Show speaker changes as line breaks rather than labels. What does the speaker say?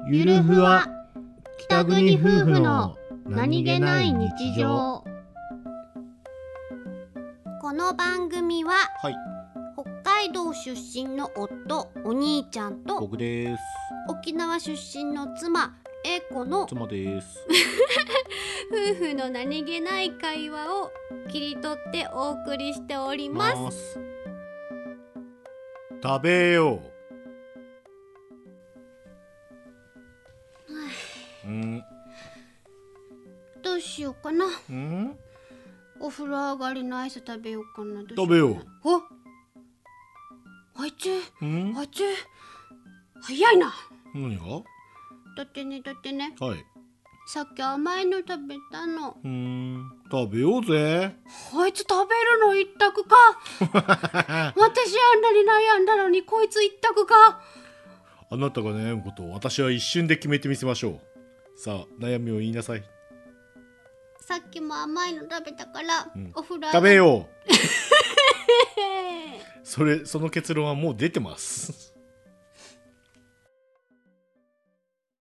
ゆるふわ北国夫婦の何気ない日常。
この番組は、
はい、
北海道出身の夫お兄ちゃんと
僕です。
沖縄出身の妻英子の
妻です。
夫婦の何気ない会話を切り取ってお送りしております。
食べよう。
どうしようかな。
ん？
お風呂上がりのアイス食べようかな。
食べよう。
あいつ早いな。
何が？
だってね、
はい。
さっき甘いの食べたの。
食べようぜ。
あいつ食べるの一択か。私あんなに悩んだのにこいつ一択か。
あなたが悩むことを私は一瞬で決めてみせましょう。さあ、悩みを言いなさい。
さっきも甘いの食べたから、お風呂
食べよう。その結論はもう出てます。